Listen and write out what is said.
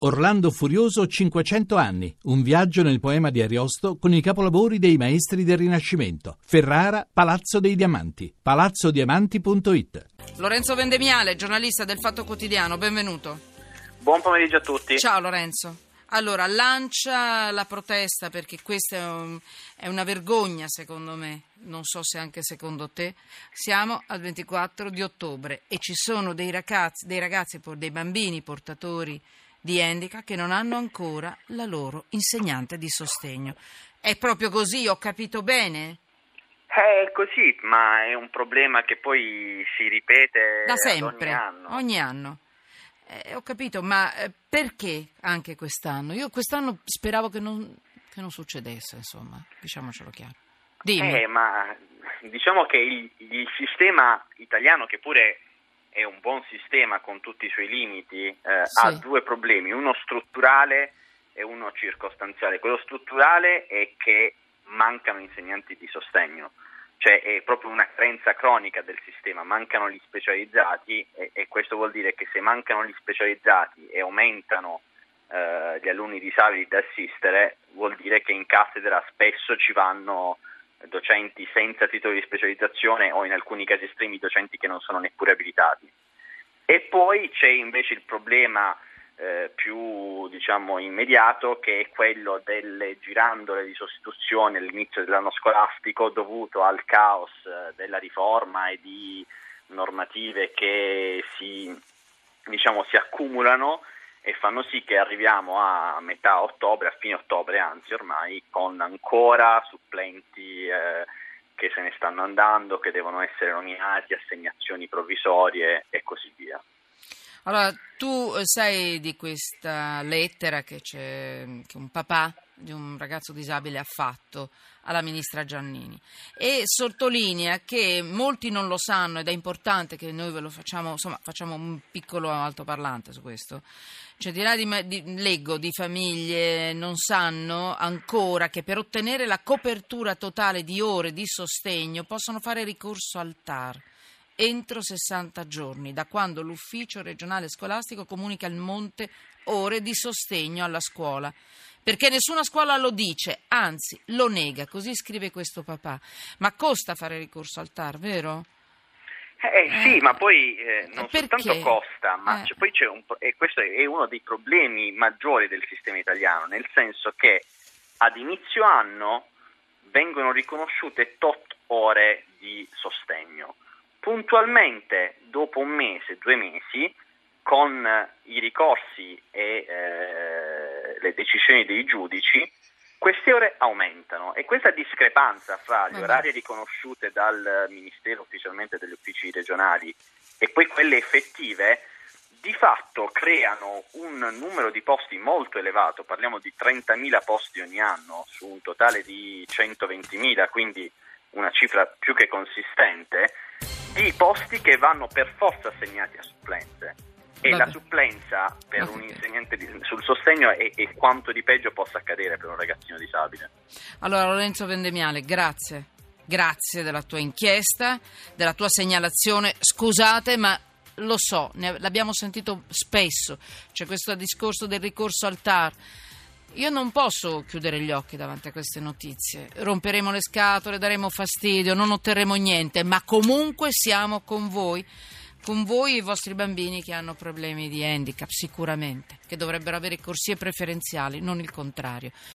Orlando Furioso 500 anni, un viaggio nel poema di Ariosto con i capolavori dei maestri del Rinascimento. Ferrara, Palazzo dei Diamanti, palazzodiamanti.it. Lorenzo Vendemiale, giornalista del Fatto Quotidiano, benvenuto. Buon pomeriggio a tutti. Ciao Lorenzo. Allora, lancia la protesta perché questa è una vergogna secondo me, non so se anche secondo te. Siamo al 24 di ottobre e ci sono dei bambini portatori di handicap che non hanno ancora la loro insegnante di sostegno. È proprio così, ho capito bene? È così, ma è un problema che poi si ripete da sempre, ogni anno. Ho capito, ma perché anche quest'anno? Io quest'anno speravo che non succedesse, insomma, diciamocelo chiaro. Dimmi. Ma diciamo che il sistema italiano, che pure è un buon sistema con tutti i suoi limiti, Sì. ha due problemi, uno strutturale e uno circostanziale. Quello strutturale è che mancano insegnanti di sostegno, cioè è proprio una carenza cronica del sistema, mancano gli specializzati e questo vuol dire che se mancano gli specializzati e aumentano gli alunni disabili da assistere, vuol dire che in cattedra spesso ci vanno docenti senza titolo di specializzazione o in alcuni casi estremi docenti che non sono neppure abilitati. E poi c'è invece il problema più immediato, che è quello delle girandole di sostituzione all'inizio dell'anno scolastico dovuto al caos della riforma e di normative che si accumulano e fanno sì che arriviamo a metà ottobre, a fine ottobre anzi ormai, con ancora supplenti che se ne stanno andando, che devono essere nominati, assegnazioni provvisorie e così via. Allora, tu sai di questa lettera che un papà di un ragazzo disabile ha fatto alla ministra Giannini e sottolinea che molti non lo sanno ed è importante che noi ve lo facciamo un piccolo altoparlante su questo. Leggo di famiglie non sanno ancora che per ottenere la copertura totale di ore di sostegno possono fare ricorso al TAR entro 60 giorni da quando l'ufficio regionale scolastico comunica il monte ore di sostegno alla scuola, perché nessuna scuola lo dice, anzi lo nega, così scrive questo papà. Ma costa fare ricorso al TAR, vero? Sì, ma poi non perché? Soltanto costa, ma poi c'è e questo è uno dei problemi maggiori del sistema italiano, nel senso che ad inizio anno vengono riconosciute tot ore di sostegno. Puntualmente, dopo un mese, 2 mesi, con i ricorsi e le decisioni dei giudici, queste ore aumentano e questa discrepanza fra le orarie riconosciute dal Ministero ufficialmente degli uffici regionali e poi quelle effettive, di fatto creano un numero di posti molto elevato, parliamo di 30.000 posti ogni anno su un totale di 120.000, quindi una cifra più che consistente, di posti che vanno per forza assegnati a supplenze. E la supplenza per un insegnante sul sostegno è quanto di peggio possa accadere per un ragazzino disabile. Allora Lorenzo Vendemiale, grazie della tua inchiesta, della tua segnalazione. Scusate, ma lo so, l'abbiamo sentito spesso, c'è questo discorso del ricorso al TAR. Io non posso chiudere gli occhi davanti a queste notizie, romperemo le scatole, daremo fastidio, non otterremo niente, ma comunque siamo con voi e i vostri bambini che hanno problemi di handicap, sicuramente, che dovrebbero avere corsie preferenziali, non il contrario.